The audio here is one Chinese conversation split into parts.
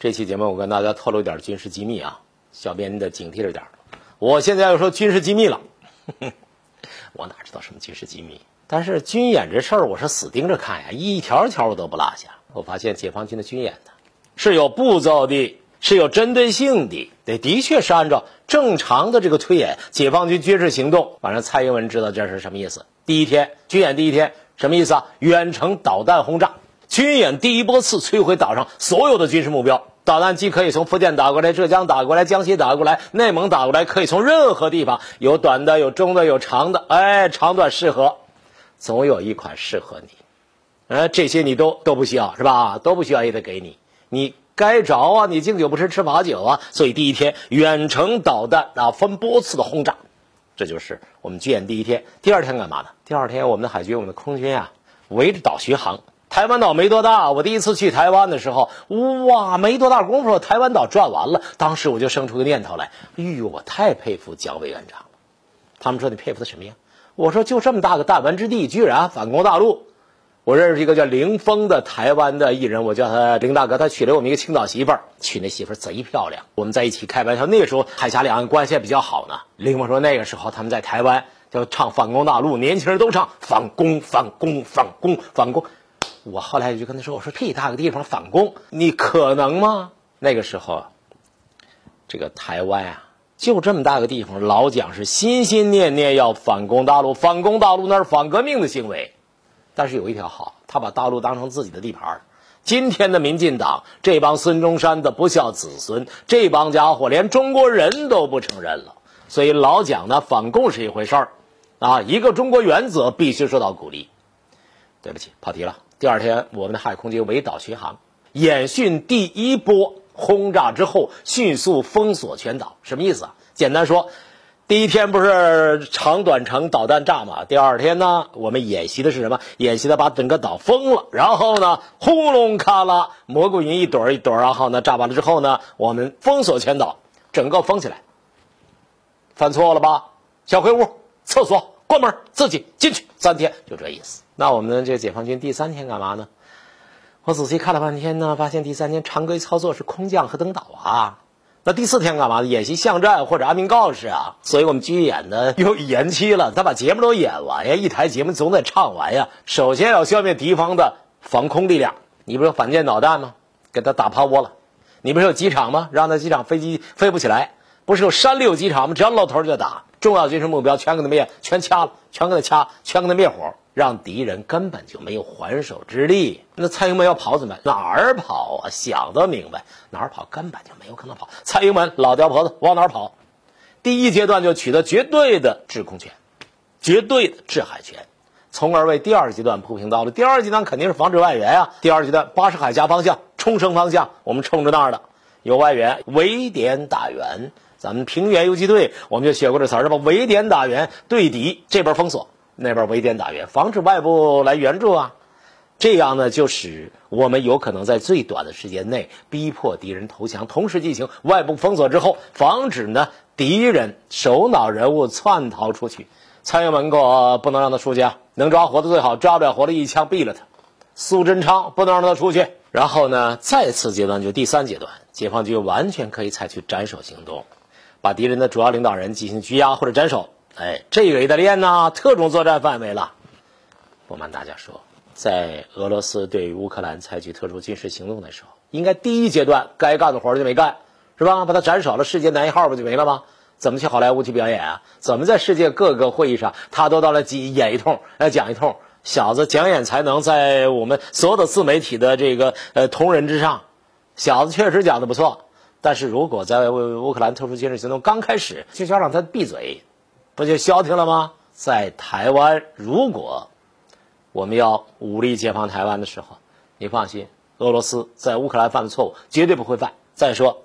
这期节目我跟大家透露一点军事机密啊，小编的警惕着点。我现在要说军事机密了，我哪知道什么军事机密？但是军演这事儿我是死盯着看呀，一条条我都不落下。我发现解放军的军演呢是有步骤的，是有针对性的，的确是按照正常的这个推演，解放军军事行动。反正蔡英文知道这是什么意思。第一天军演第一天什么意思啊？远程导弹轰炸，军演第一波次摧毁岛上所有的军事目标。导弹既可以从福建打过来，浙江打过来，江西打过来，内蒙打过来，可以从任何地方，有短的，有中的，有长的，长短适合，总有一款适合你。这些你都不需要是吧？都不需要也得给你，你该着啊，你敬酒不吃吃罚酒啊。所以第一天远程导弹啊，分波次的轰炸，这就是我们军演第一天。第二天干嘛呢？第二天我们的海军，我们的空军啊，围着岛巡航。台湾岛没多大，我第一次去台湾的时候，哇，没多大功夫，台湾岛转完了。当时我就生出个念头来，哎呦，我太佩服蒋委员长了。他们说你佩服他什么呀？我说就这么大个弹丸之地，居然反攻大陆。我认识一个叫林峰的台湾的艺人，我叫他林大哥，他娶了我们一个青岛媳妇儿，娶那媳妇儿贼漂亮。我们在一起开玩笑，那个时候海峡两岸关系还比较好呢。林峰说那个时候他们在台湾就唱反攻大陆，年轻人都唱反攻反攻反攻反攻。我后来就跟他说，我说这大个地方反攻你可能吗？那个时候这个台湾啊就这么大个地方，老蒋是心心念念要反攻大陆，反攻大陆那是反革命的行为。但是有一条好，他把大陆当成自己的地盘。今天的民进党这帮孙中山的不孝子孙，这帮家伙连中国人都不承认了。所以老蒋呢，反共是一回事儿啊，一个中国原则必须受到鼓励。对不起，跑题了。第二天我们的海空军围岛巡航，演训第一波轰炸之后迅速封锁全岛。什么意思啊？简单说，第一天不是长短程导弹炸吗？第二天呢，我们演习的是什么？演习的把整个岛封了，然后呢，轰隆咔啦，蘑菇云一朵一朵，然后呢，炸完了之后呢，我们封锁全岛，整个封起来。犯错了吧？小黑屋、厕所关门，自己进去，3天，就这意思。那我们这解放军第3天干嘛呢？我仔细看了半天呢，发现第3天常规操作是空降和登岛啊。那第4天干嘛呢？演习巷战或者安民告示啊。所以我们军演呢又延期了，他把节目都演完呀，一台节目总得唱完呀。首先要消灭敌方的防空力量，你不是有反舰导弹吗？给他打趴窝了。你不是有机场吗？让那机场飞机飞不起来。不是有山里有机场吗？只要露头就打，重要军事目标全给他灭，全掐了，全给他掐，全给他灭火，让敌人根本就没有还手之力。那蔡英文要跑怎么办？哪儿跑啊？想得明白，哪儿跑根本就没有可能跑。蔡英文老掉婆子往哪儿跑？第一阶段就取得绝对的制空权，绝对的制海权，从而为第二阶段铺平道路。第二阶段肯定是防止外援啊。第二阶段巴士海峡方向、冲绳方向，我们冲着那儿的有外援，围点打援。咱们平原游击队我们就学过这词儿，是吧？围点打援，对敌这边封锁，那边围点打援，防止外部来援助啊。这样呢，就使我们有可能在最短的时间内逼迫敌人投降，同时进行外部封锁之后，防止呢敌人首脑人物窜逃出去。蔡英文不能让他出去啊，能抓活的最好，抓不了活的一枪毙了他。苏贞昌不能让他出去。然后呢，再次阶段就第3阶段，解放军完全可以采取斩首行动，把敌人的主要领导人进行拘押或者斩首。这个也得练呐，特种作战范围了。不瞒大家说，在俄罗斯对乌克兰采取特殊军事行动的时候，应该第1阶段该干的活就没干，是吧？把他斩首了，世界男一号不就没了吗？怎么去好莱坞去表演啊？怎么在世界各个会议上他都到了演一通，讲一通？小子讲演才能在我们所有的自媒体的这个同仁之上，小子确实讲得不错。但是如果在乌克兰特殊军事行动刚开始就想让他闭嘴，不就消停了吗？在台湾，如果我们要武力解放台湾的时候，你放心，俄罗斯在乌克兰犯的错误绝对不会犯。再说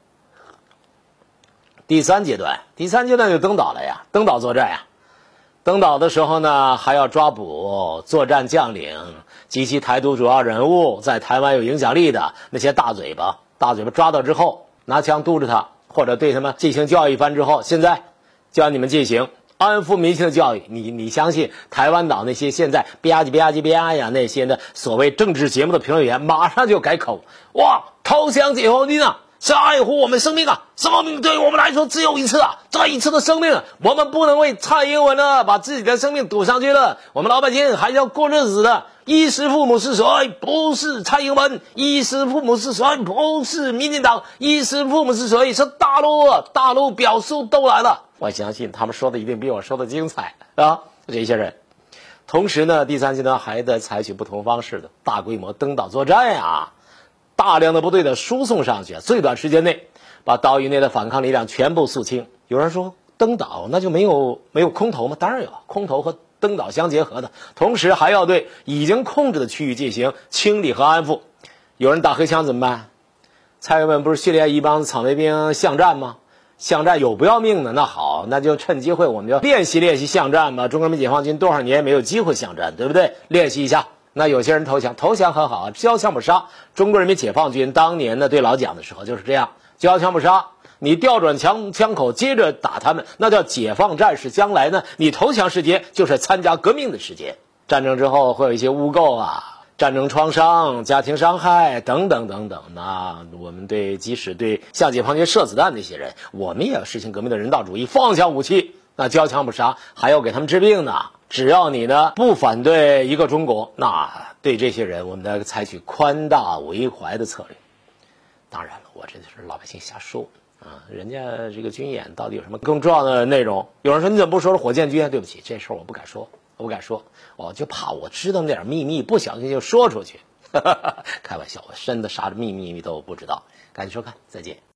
第3阶段就登岛了呀，登岛作战呀。登岛的时候呢，还要抓捕作战将领及其台独主要人物，在台湾有影响力的那些大嘴巴抓到之后，拿枪督着他，或者对他们进行教育一番之后，现在叫你们进行安抚民心的教育，你相信台湾岛那些现在吧唧呀那些的所谓政治节目的评论员，马上就改口，哇，投降解放军啊，是爱护我们生命啊，生命对于我们来说只有一次啊，这一次的生命，我们不能为蔡英文呢把自己的生命赌上去了，我们老百姓还是要过日子的。衣食父母是谁？不是蔡英文。衣食父母是谁？不是民进党。衣食父母是谁？是大陆啊！大陆表述都来了。我相信他们说的一定比我说的精彩啊！这些人，同时呢，第三阶段还得采取不同方式的大规模登岛作战啊，大量的部队的输送上去，最短时间内把岛屿内的反抗力量全部肃清。有人说登岛那就没有空投吗？当然有，空投和登岛相结合的，同时还要对已经控制的区域进行清理和安抚。有人打黑枪怎么办？蔡英文不是训练一帮子草莓兵巷战吗？巷战有不要命的，那好，那就趁机会我们就练习巷战吧。中国人民解放军多少年没有机会巷战，对不对？练习一下。那有些人投降很好啊，交枪不杀。中国人民解放军当年呢对老蒋的时候就是这样，交枪不杀。你调转枪口接着打他们，那叫解放战士。将来呢，你投降时间就是参加革命的时间。战争之后会有一些污垢啊，战争创伤、家庭伤害等等。那我们即使对向解放军射子弹那些人，我们也要实行革命的人道主义，放下武器，那交枪不杀，还要给他们治病呢。只要你呢不反对一个中国，那对这些人我们得采取宽大为怀的策略。当然了，我这是老百姓瞎说。人家这个军演到底有什么更重要的内容？有人说你怎么不说是火箭军？对不起，这事儿我不敢说，我就怕我知道那点秘密不小心就说出去。开玩笑，我真的啥秘密都不知道。感谢收看，再见。